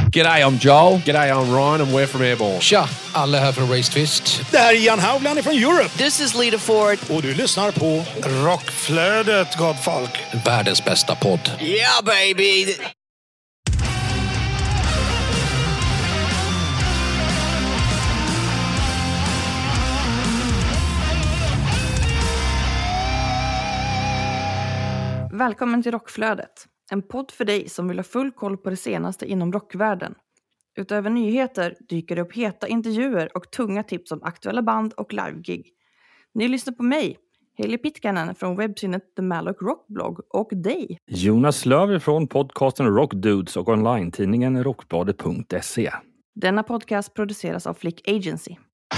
G'day, I'm Joel. G'day, I'm Ryan. I'm We're from Airborne. Tja, alla här från Race Twist. Det här är Ian Haugland från Europe. This is Lita Ford. Och du lyssnar på Rockflödet, gott folk. Världens bästa podd. Yeah, baby! Välkommen till Rockflödet. En podd för dig som vill ha full koll på det senaste inom rockvärlden. Utöver nyheter dyker det upp heta intervjuer och tunga tips om aktuella band och livegig. Ni lyssnar på mig, Heli Pitkanen från webbsynet The Malloc Rockblog, och dig, Jonas Löver från podcasten Rockdudes och online-tidningen rockbladet.se. Denna podcast produceras av Flick Agency.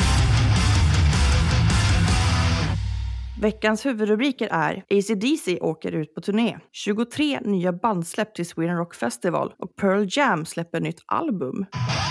Veckans huvudrubriker är: AC/DC åker ut på turné, 23 nya bandsläpp till Sweden Rock Festival och Pearl Jam släpper nytt album.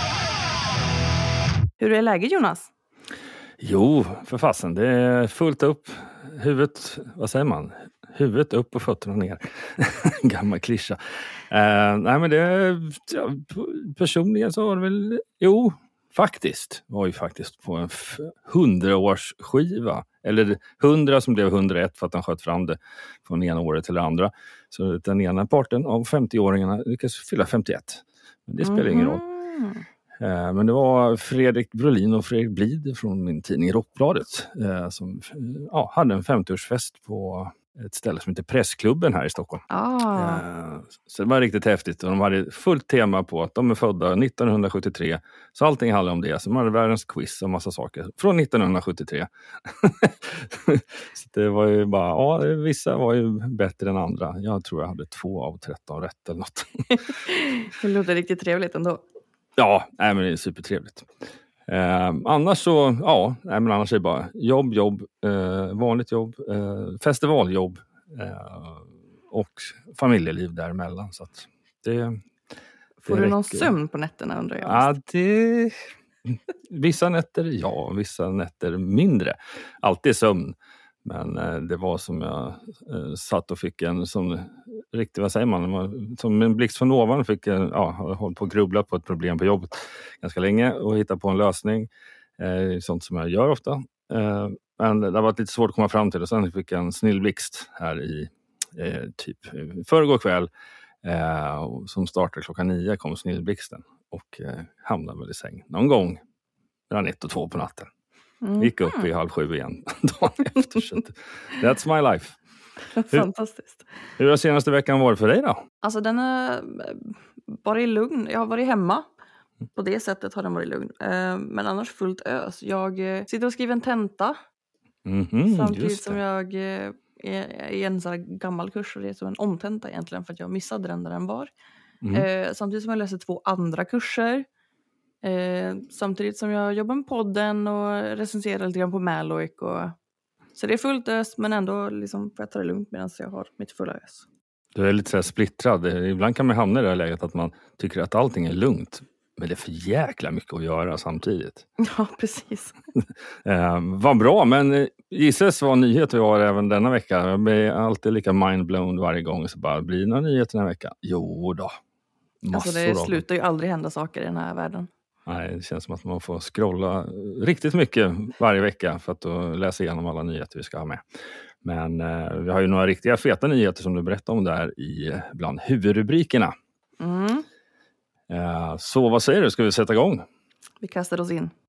Hur är läget, Jonas? Jo, för fasen, det är fullt upp. Huvudet, vad säger man? Huvudet upp och fötterna ner. Gammal klyscha. Nej, men det, ja, personligen så var det väl, jo, faktiskt. Var ju faktiskt på en 100-års skiva. Eller 100 som blev 101 för att han sköt fram det från ena året till det andra. Så den ena parten av 50-åringarna lyckas fylla 51. Men det spelar ingen roll. Men det var Fredrik Brolin och Fredrik Blid från min tidning Rockbladet som hade en 50-årsfest på ett ställe som heter Pressklubben här i Stockholm. Så det var riktigt häftigt, och de hade fullt tema på att de är födda 1973, så allting handlar om det. Så de hade världens quiz och massa saker från 1973. Så det var ju bara, vissa var ju bättre än andra. Jag tror jag hade 2 av 13 rätt eller något. Det låter riktigt trevligt ändå. Ja, men det är supertrevligt. Annars så, annars är det bara jobb, vanligt jobb, festivaljobb och familjeliv däremellan. Så att det Får du någon sömn på nätterna, undrar jag? Ja, vissa nätter ja, vissa nätter mindre. Alltid sömn. Men det var som jag satt och fick en som riktigt, vad säger man, som en blixt från ovan fick hållit på att grubbla på ett problem på jobbet ganska länge och hitta på en lösning. Sånt som jag gör ofta. Men det har varit lite svårt att komma fram till, och sen fick jag en snillblixt här i typ förrgår kväll som startade klockan 9 kom snillblixten och hamnade väl i säng någon gång mellan 1 och 2 på natten. Gick upp i 6:30 igen dagen efter. That's my life. Fantastiskt. Hur har senaste veckan varit för dig då? Alltså den har varit lugn. Jag har varit hemma. På det sättet har den varit lugn. Men annars fullt ös. Jag sitter och skriver en tenta. Samtidigt som jag är i en sån här gammal kurs. Och det är som en omtenta egentligen, för att jag missade den där den var. Samtidigt som jag läser 2 andra kurser. Samtidigt som jag jobbar med podden och recenserar lite grann på Malloc. Så det är fullt ös, men ändå liksom får jag ta det lugnt medan jag har mitt fulla ös. Du är lite så här splittrad. Ibland kan man hamna i det här läget att man tycker att allting är lugnt. Men det är för jäkla mycket att göra samtidigt. Ja, precis. Vad bra, men gissas vad nyheter vi har även denna vecka. Jag blir alltid lika mindblown varje gång. Så bara, blir det några nyheter den här veckan? Jo då. Alltså det slutar ju aldrig hända saker i den här världen. Nej, det känns som att man får scrolla riktigt mycket varje vecka för att då läsa igenom alla nyheter vi ska ha med. Men vi har ju några riktiga feta nyheter som du berättar om där bland huvudrubrikerna. Så vad säger du? Ska vi sätta igång? Vi kastar oss in.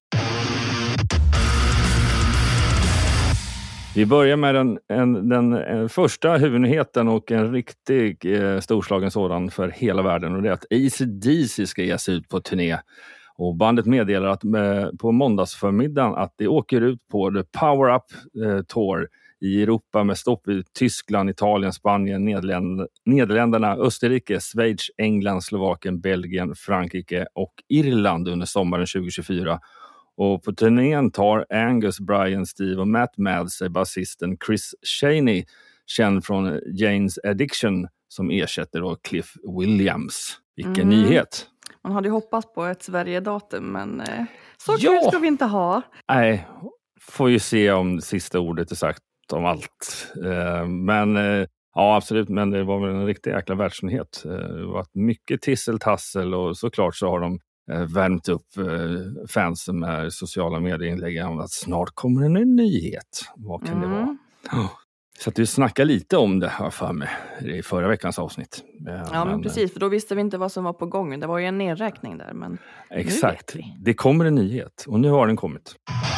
Vi börjar med den första huvudnyheten, och en riktig storslagen sådan för hela världen. Och det är att AC/DC ska ge sig ut på turné. Och bandet meddelar att på måndagsförmiddagen att det åker ut på The Power Up Tour i Europa med stopp i Tyskland, Italien, Spanien, Nederländerna, Österrike, Schweiz, England, Slovakien, Belgien, Frankrike och Irland under sommaren 2024. Och på turnén tar Angus, Brian, Steve och Matt med sig basisten Chris Chaney, känd från Jane's Addiction, som ersätter då Cliff Williams. Vilken nyhet! Man hade ju hoppats på ett Sverige-datum, men så kul ska vi inte ha. Nej, får ju se om sista ordet är sagt om allt. Men Ja, absolut, men det var väl en riktig jäkla världsnyhet. Det var mycket tisseltassel och såklart så har de värmt upp fansen med sociala medieinlägg om att snart kommer en nyhet. Vad kan det vara? Så att du snackade lite om det här för mig i förra veckans avsnitt. Ja, men precis, för då visste vi inte vad som var på gång. Det var ju en nedräkning där, men exakt, det kommer en nyhet och nu har den kommit.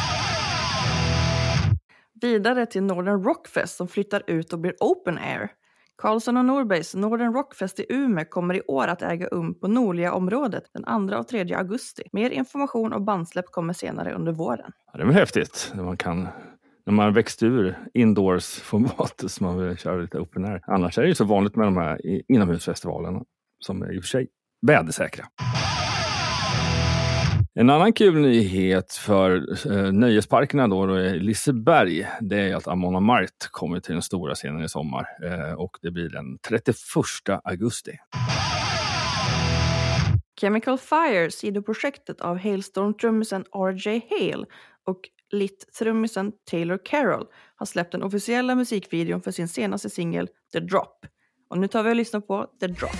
Vidare till Northern Rockfest som flyttar ut och blir open air. Karlsson och Norbergs Northern Rockfest i Umeå kommer i år att äga på nordliga området den 2 och 3 augusti. Mer information och bandsläpp kommer senare under våren. Ja, det är häftigt när man växt ur indoors-format så man vill köra lite open air. Annars är det ju så vanligt med de här inomhusfestivalerna som är i och för sig vädersäkra. En annan kul nyhet för nöjesparkerna då är Liseberg. Det är att Amon Amarth kommer till den stora scenen i sommar. Och det blir den 31 augusti. Chemical Fire, sidoprojektet av Hailstorm-trummisen RJ Hale och Lit-trummisen Taylor Carroll har släppt den officiella musikvideon för sin senaste singel The Drop. Och nu tar vi och lyssnar på The Drop.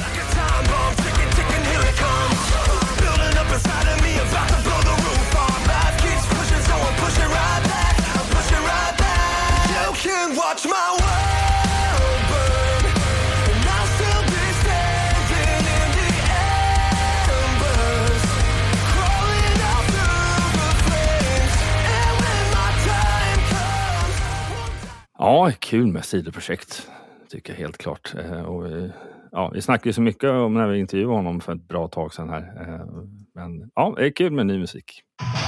Ja, kul med sidoprojekt, tycker jag helt klart. Vi snackade ju så mycket om när vi intervjuade honom för ett bra tag sedan här. Men ja, det är kul med ny musik.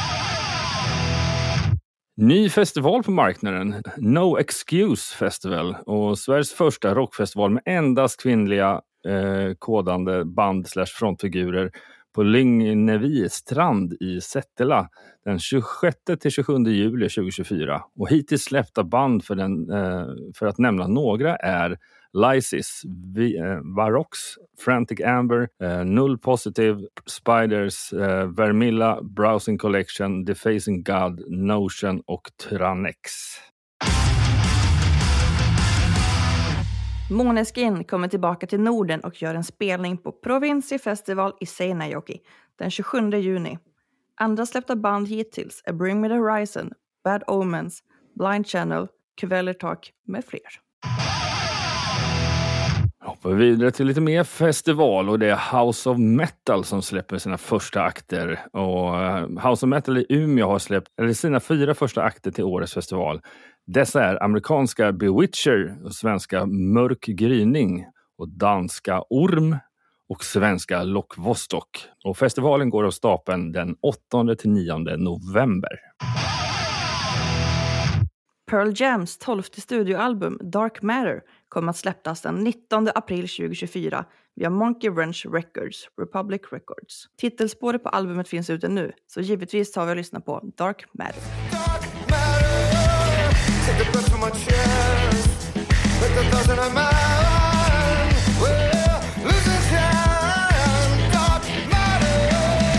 Ny festival på marknaden, No Excuse Festival. Och Sveriges första rockfestival med endast kvinnliga kodande band/frontfigurer på Lyngnevi strand i Sättela den 26-27 juli 2024. Och hittills släppta band för att nämna några är Lysis, Varox, Frantic Amber, Null Positive, Spiders, Vermilla, Browsing Collection, Defacing God, Notion och Tyrannex. Måneskin kommer tillbaka till Norden och gör en spelning på Provinci Festival i Seinäjoki den 27 juni. Andra släppta band hittills är Bring Me The Horizon, Bad Omens, Blind Channel, Kvelertak med fler. Hoppar vidare till lite mer festival och det är House of Metal som släpper sina första akter. Och House of Metal i Umeå har släppt sina 4 första akter till årets festival. Dessa är amerikanska Bewitcher, svenska Mörk Gryning och danska Orm och svenska Lockvostok. Och festivalen går av stapeln den 8-9 november. Pearl Jams 12:e studioalbum Dark Matter kommer att släppas den 19 april 2024 via Monkey Wrench Records, Republic Records. Titelspåret på albumet finns ute nu, så givetvis tar vi och lyssnar på Dark Matter. Dark matter, take the breath from my chest, let the thousand of mine, well, listen time, dark matter.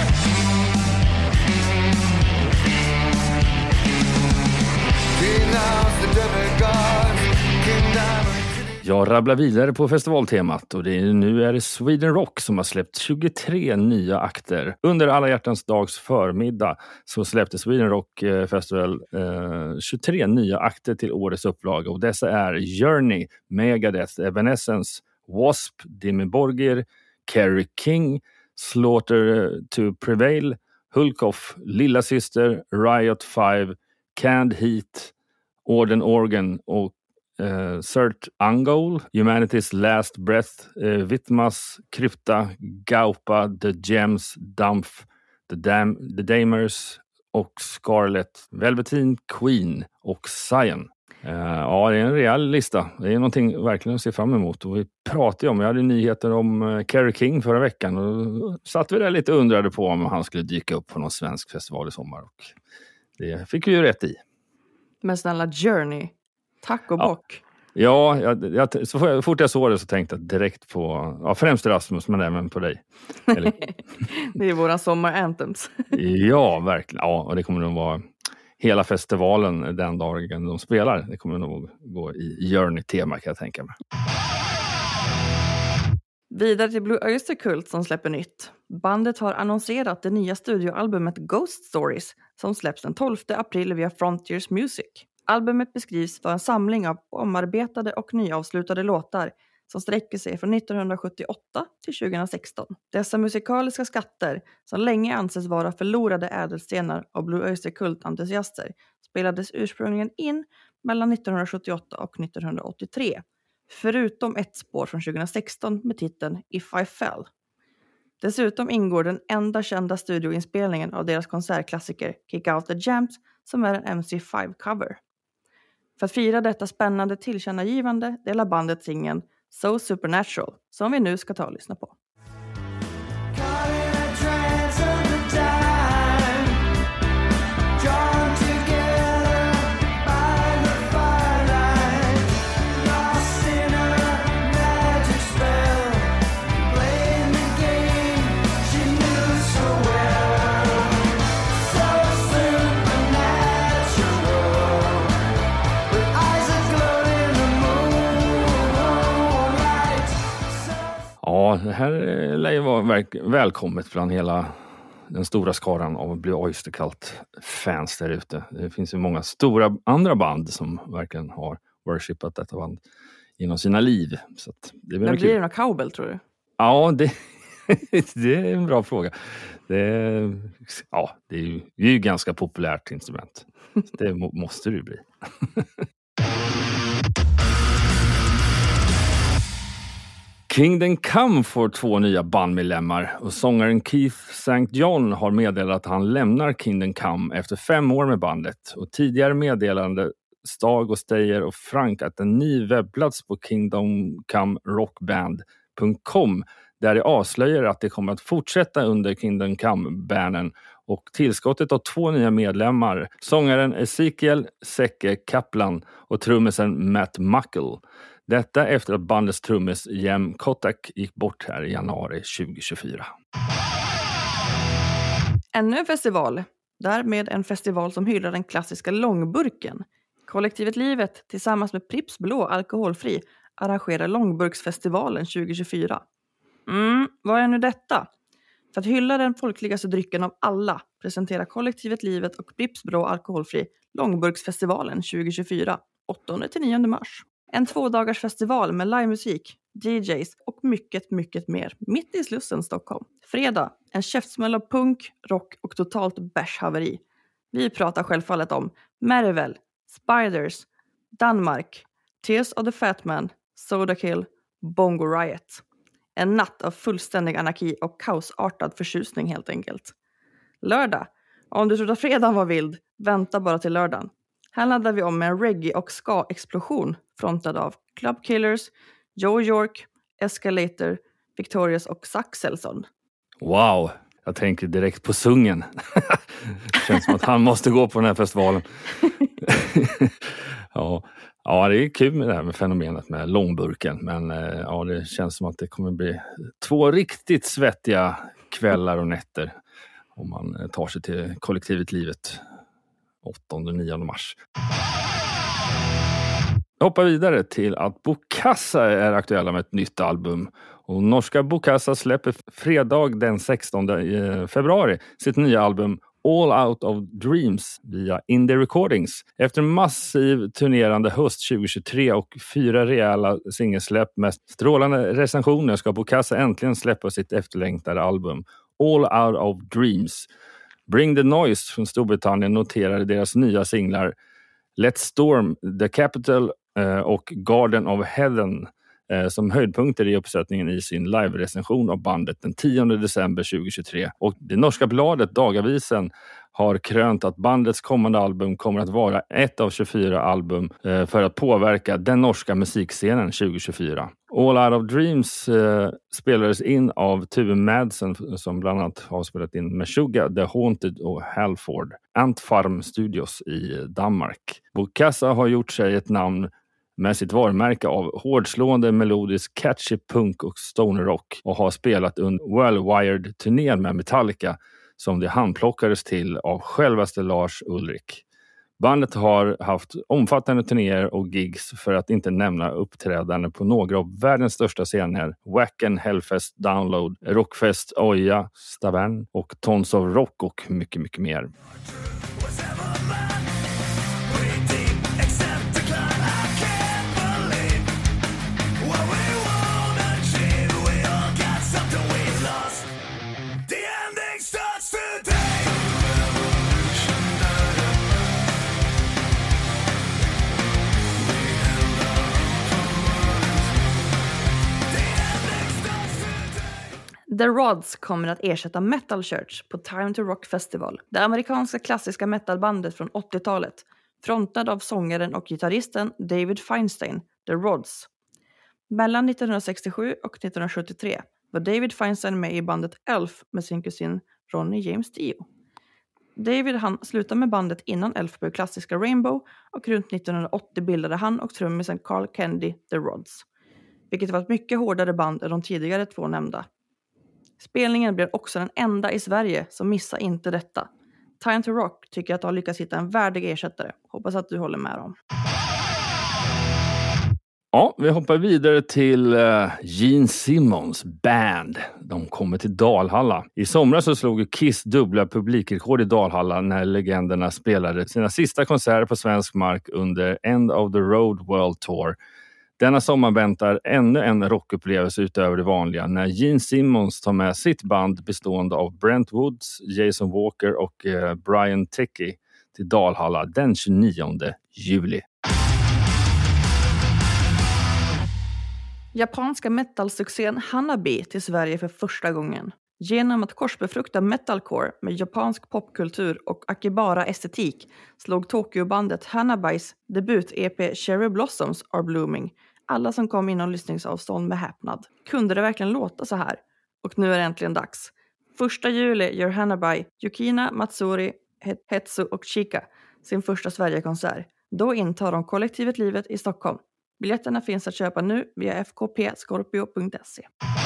Denounce the devil God, King Diamond. Jag rabblar vidare på festivaltemat och nu är det Sweden Rock som har släppt 23 nya akter. Under Alla hjärtans dags förmiddag så släppte Sweden Rock Festival 23 nya akter till årets upplaga. Och dessa är Journey, Megadeth, Evanescence, W.A.S.P., Dimmy Borgir, Kerry King, Slaughter to Prevail, Hulkoff, Lilla Syster, Riot 5, Canned Heat, Orden Organ och Cert Angol, Humanity's Last Breath, Vitmas, Krypta, Gaupa, The Gems, Dumpf, The Damers och Scarlet, Velveteen, Queen och Zion. Ja, det är en rejäl lista. Det är någonting verkligen att se fram emot. Och vi pratade vi hade nyheter om Kerry King förra veckan och satt vi där lite och undrade på om han skulle dyka upp på någon svensk festival i sommar. Och det fick vi ju rätt i. Men snälla Journey, tack och bock. Ja, så fort jag såg det så tänkte jag direkt på, främst Rasmus men även på dig. Det är våra sommaranthems. Ja, verkligen. Ja, och det kommer nog vara hela festivalen den dagen de spelar. Det kommer nog gå i Journey-tema kan jag tänka mig. Vidare till Blue Oyster Cult som släpper nytt. Bandet har annonserat det nya studioalbumet Ghost Stories som släpps den 12 april via Frontiers Music. Albumet beskrivs vara en samling av omarbetade och nyavslutade låtar som sträcker sig från 1978 till 2016. Dessa musikaliska skatter, som länge anses vara förlorade ädelstenar av Blue Oyster Cult-entusiaster, spelades ursprungligen in mellan 1978 och 1983. Förutom ett spår från 2016 med titeln If I Fell. Dessutom ingår den enda kända studioinspelningen av deras konsertklassiker Kick Out the Jams som är en MC5-cover. För att fira detta spännande tillkännagivande delar bandet singeln So Supernatural som vi nu ska ta och lyssna på. Ja, det här lär ju vara välkommet bland hela den stora skaran av Blue Oyster Cult-fans där ute. Det finns ju många stora andra band som verkligen har worshipat detta band genom sina liv. Så att det blir blir det någon cowbell tror du? Ja, det är en bra fråga. Det är ju ganska populärt instrument. Det måste det ju bli. Kingdom Come får 2 nya bandmedlemmar och sångaren Keith St. John har meddelat att han lämnar Kingdom Come efter 5 år med bandet. Och tidigare meddelande Stag och Steyer och Frank att en ny webbplats på kingdomcomerockband.com där det avslöjar att det kommer att fortsätta under Kingdom Come-banden och tillskottet av 2 nya medlemmar, sångaren Ezekiel Seke Kaplan och trummisen Matt Muckle. Detta efter att bandets trummis Jem Kotak gick bort här i januari 2024. Ännu en festival. Därmed en festival som hyllar den klassiska långburken. Kollektivet Livet tillsammans med Pripps Blå alkoholfri arrangerar Långburksfestivalen 2024. Vad är nu detta? För att hylla den folkligaste drycken av alla presenterar Kollektivet Livet och Pripps Blå alkoholfri Långburksfestivalen 2024, 8-9 mars. En 2-dagars festival med livemusik, DJs och mycket, mycket mer mitt i Slussen, Stockholm. Fredag, en käftsmäll av punk, rock och totalt bärshaveri. Vi pratar självfallet om Mervel, Spiders, Danmark, Tears of the Fat Man, Sodakill, Bongo Riot. En natt av fullständig anarki och kaosartad förtjusning helt enkelt. Lördag, om du trodde att fredagen var vild, vänta bara till lördagen. Här laddar vi om med en reggae- och ska-explosion frontad av Club Killers, Joe York, Escalator, Victorious och Saxelson. Wow, jag tänker direkt på Sungen. Känns som att han måste gå på den här festivalen. Ja, det är kul med det här med fenomenet med långburken. Men det känns som att det kommer bli 2 riktigt svettiga kvällar och nätter om man tar sig till Kollektivet Livet 8-9 mars. Jag hoppar vidare till att Bokassa är aktuella med ett nytt album. Och norska Bokassa släpper fredag den 16 februari sitt nya album All Out of Dreams via Indie Recordings. Efter en massiv turnerande höst 2023 och 4 rejäla singelsläpp med strålande recensioner ska Bokassa äntligen släppa sitt efterlängtade album All Out of Dreams. Bring the Noise från Storbritannien noterade deras nya singlar Let's Storm the Capital och Garden of Heaven som höjdpunkter i uppsättningen i sin live-recension av bandet den 10 december 2023. Och det norska bladet Dagavisen har krönt att bandets kommande album kommer att vara ett av 24 album för att påverka den norska musikscenen 2024. All Out of Dreams spelades in av Tue Madsen som bland annat har spelat in Meshuggah, The Haunted och Halford, Antfarm Studios i Danmark. Bokassa har gjort sig ett namn med sitt varumärke av hårdslående melodisk catchy punk och stoner rock och har spelat under Well-Wired-turnén med Metallica som det handplockades till av självaste Lars Ulrik. Bandet har haft omfattande turnéer och gigs, för att inte nämna uppträdande på några av världens största scener. Wacken, Hellfest, Download, Rockfest, Oja, Stavern och Tons of Rock och mycket, mycket mer. The Rods kommer att ersätta Metal Church på Time to Rock Festival. Det amerikanska klassiska metalbandet från 80-talet, frontad av sångaren och gitarristen David Feinstein, The Rods. Mellan 1967 och 1973 var David Feinstein med i bandet Elf med sin kusin Ronnie James Dio. David slutade med bandet innan Elf blev klassiska Rainbow, och runt 1980 bildade han och trummisen Carl Kennedy The Rods, vilket var ett mycket hårdare band än de tidigare två nämnda. Spelningen blev också den enda i Sverige, så missa inte detta. Time to Rock tycker att de har lyckats hitta en värdig ersättare. Hoppas att du håller med dem. Ja, vi hoppar vidare till Gene Simmons band. De kommer till Dalhalla. I somras så slog Kiss dubbla publikrekord i Dalhalla när legenderna spelade sina sista konserter på svensk mark under End of the Road World Tour. Denna sommar väntar ännu en rockupplevelse utöver det vanliga när Gene Simmons tar med sitt band bestående av Brent Woods, Jason Walker och Brian Tickey till Dalhalla den 29 juli. Japanska metalsuccén Hanabi till Sverige för första gången. Genom att korsbefrukta metalcore med japansk popkultur och Akibara-estetik slog Tokyo-bandet Hanabis debut-EP Cherry Blossoms Are Blooming alla som kom inom lyssningsavstånd med häpnad. Kunde det verkligen låta så här? Och nu är det äntligen dags. 1 juli gör Hanabi, Yukina, Matsuri, Hetsu och Chika sin första Sverigekonsert. Då intar de kollektivet livet i Stockholm. Biljetterna finns att köpa nu via fkpscorpio.se.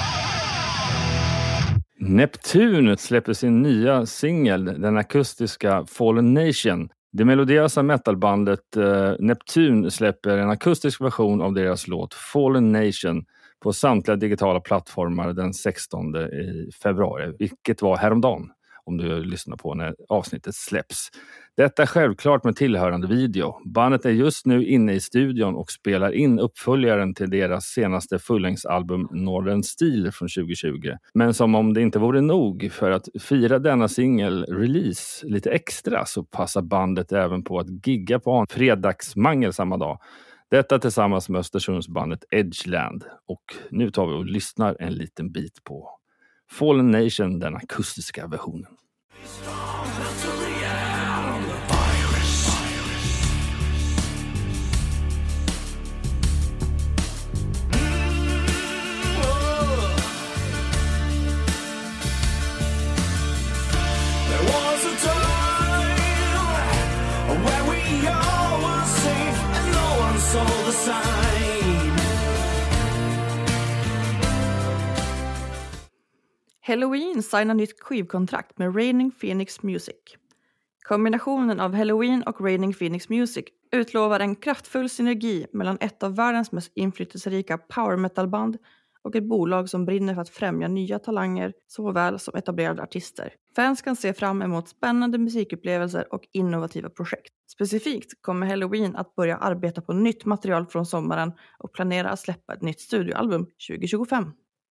Neptune släpper sin nya singel, den akustiska Fallen Nation. Det melodiösa metalbandet Neptune släpper en akustisk version av deras låt Fallen Nation på samtliga digitala plattformar den 16 i februari, vilket var häromdagen om du lyssnar på när avsnittet släpps. Detta är självklart med tillhörande video. Bandet är just nu inne i studion och spelar in uppföljaren till deras senaste fullängdsalbum Northern Steel från 2020. Men som om det inte vore nog, för att fira denna singel-release lite extra så passar bandet även på att gigga på en fredagsmangel samma dag. Detta tillsammans med Östersundsbandet Edgeland. Och nu tar vi och lyssnar en liten bit på Fallen Nation, den akustiska versionen. Helloween signar nytt skivkontrakt med Raining Phoenix Music. Kombinationen av Helloween och Raining Phoenix Music utlovar en kraftfull synergi mellan ett av världens mest inflytelserika power metal-band och ett bolag som brinner för att främja nya talanger såväl som etablerade artister. Fans kan se fram emot spännande musikupplevelser och innovativa projekt. Specifikt kommer Helloween att börja arbeta på nytt material från sommaren och planera att släppa ett nytt studioalbum 2025.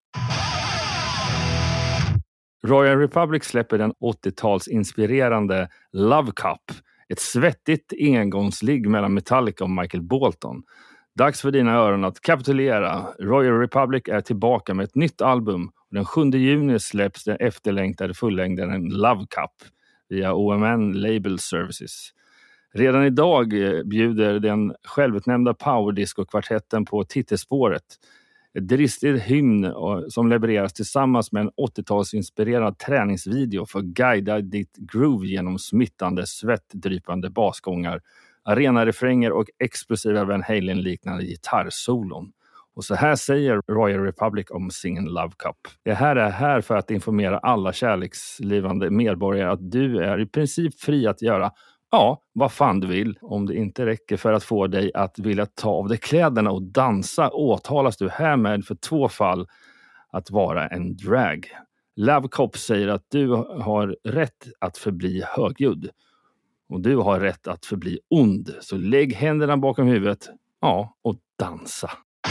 Royal Republic släpper den 80-talsinspirerande Love Cup, ett svettigt engångsligg mellan Metallica och Michael Bolton. Dags för dina öron att kapitulera. Royal Republic är tillbaka med ett nytt album och den 7 juni släpps den efterlängtade fullängdaren Love Cup via OMN Label Services. Redan idag bjuder den självutnämnda powerdisco-kvartetten på titelspåret. Ett dristigt hymn som levereras tillsammans med en 80-talsinspirerad träningsvideo för att guida ditt groove genom smittande, svettdrypande basgångar, arenarefränger och explosiva Van Halen-liknande gitarrsolon. Och så här säger Royal Republic om singeln Love Cup. Det här är här för att informera alla kärlekslivande medborgare att du är i princip fri att göra ja, vad fan du vill. Om det inte räcker för att få dig att vilja ta av dig kläderna och dansa åtalas du härmed för 2 fall att vara en drag. Love Cop säger att du har rätt att förbli högljudd. Och du har rätt att förbli ond. Så lägg händerna bakom huvudet, ja, och dansa.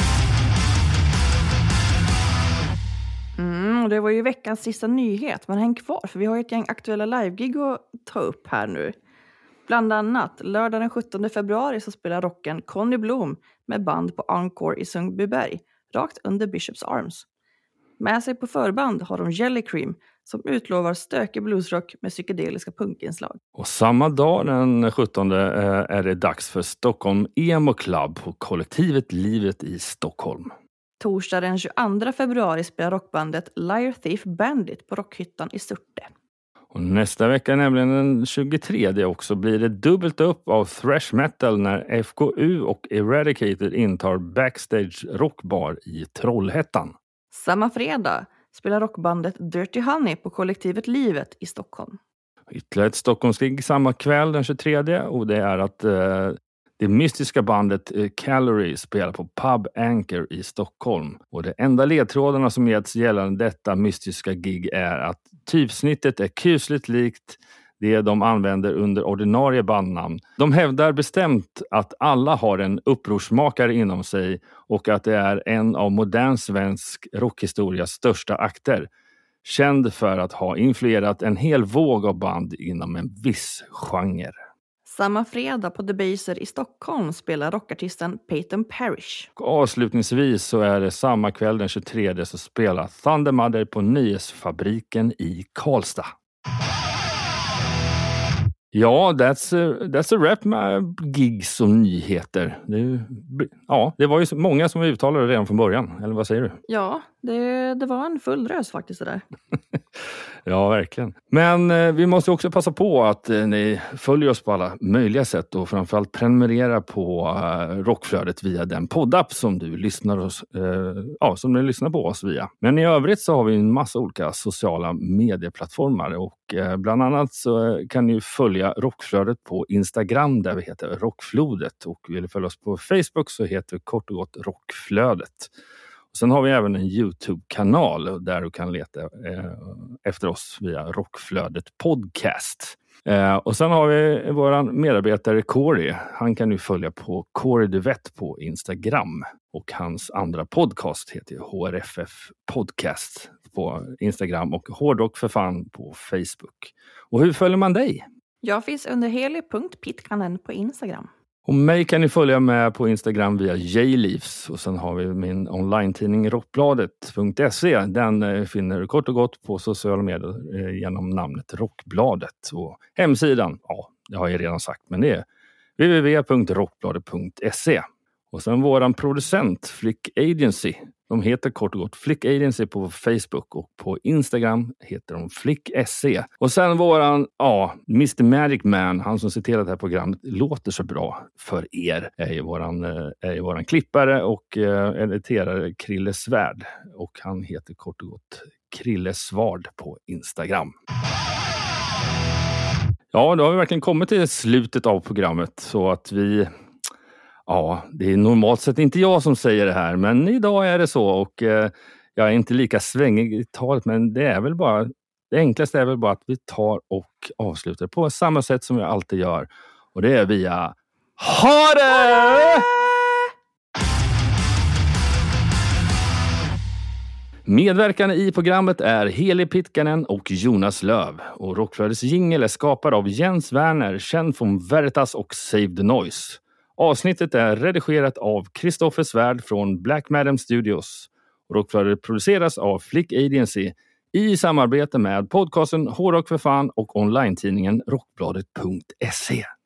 Det var ju veckans sista nyhet, men häng kvar för vi har ett gäng aktuella livegig att ta upp här nu. Bland annat lördag den 17 februari så spelar rocken Conny Blom med band på Encore i Sundbyberg, rakt under Bishops Arms. Med sig på förband har de Jelly Cream som utlovar stökig bluesrock med psykedeliska punkinslag. Och samma dag den 17 är det dags för Stockholm Emo Club på kollektivet Livet i Stockholm. Torsdag den 22 februari spelar rockbandet Liar Thief Bandit på Rockhyttan i Surte. Och nästa vecka, nämligen den 23 också, blir det dubbelt upp av thrash metal när FKU och Eradicated intar Backstage Rockbar i Trollhättan. Samma fredag spelar rockbandet Dirty Honey på kollektivet Livet i Stockholm. Ytterligare ett Stockholmsgig samma kväll den 23 och det är att det mystiska bandet Calorie spelar på Pub Anchor i Stockholm. Och det enda ledtrådarna som getts gällande detta mystiska gig är att typsnittet är kusligt likt det de använder under ordinarie bandnamn. De hävdar bestämt att alla har en upprorsmakare inom sig och att det är en av modern svensk rockhistorias största akter. Känd för att ha influerat en hel våg av band inom en viss genre. Samma fredag på Debaser i Stockholm spelar rockartisten Peyton Parrish. Och avslutningsvis så är det samma kväll den 23 så spelar Thunder Mother på Nöjesfabriken i Karlstad. Ja, that's a wrap med gigs och nyheter. Det var ju många som uttalade redan från början, eller vad säger du? Ja, det var en full drös faktiskt det där. Ja, verkligen. Men vi måste också passa på att ni följer oss på alla möjliga sätt och framförallt prenumerera på Rockflödet via den poddapp som du lyssnar på oss via. Men i övrigt så har vi en massa olika sociala medieplattformar och bland annat så kan ni följa Rockflödet på Instagram där vi heter Rockflodet och vill följa oss på Facebook så heter vi kort och gott Rockflödet. Sen har vi även en YouTube-kanal där du kan leta efter oss via Rockflödet podcast. Och sen har vi våran medarbetare Corey. Han kan nu följa på Corey Duvett på Instagram. Och hans andra podcast heter HRFF Podcast på Instagram och Hårdrock för fan på Facebook. Och hur följer man dig? Jag finns under heli.pitkanen på Instagram. Och mig kan ni följa med på Instagram via J-Leaves. Och sen har vi min online-tidning rockbladet.se. Den finner du kort och gott på sociala medier genom namnet Rockbladet. Och hemsidan, ja det har jag redan sagt, men det är www.rockbladet.se. Och sen våran producent Flick Agency. De heter kort och gott Flick Agency på Facebook och på Instagram heter de Flick SC. Och sen våran, Mr. Magic Man, han som ser till att det här programmet låter så bra för er, är ju våran klippare och editerare Krille Svärd. Och han heter kort och gott Krille Svard på Instagram. Ja, då har vi verkligen kommit till slutet av programmet så att vi... Ja, det är normalt sett inte jag som säger det här, men idag är det så och jag är inte lika svängig i talet, men det enklaste är väl bara att vi tar och avslutar på samma sätt som jag alltid gör och det är via Ha det! Medverkande i programmet är Heli Pitkanen och Jonas Löv och Rockflödets jingle är skapad av Jens Werner, känd från Veritas och Save the Noise. Avsnittet är redigerat av Kristoffer Svärd från Black Madam Studios. Rockflödet produceras av Flick Agency i samarbete med podcasten Hårdrock för fan och online-tidningen rockbladet.se.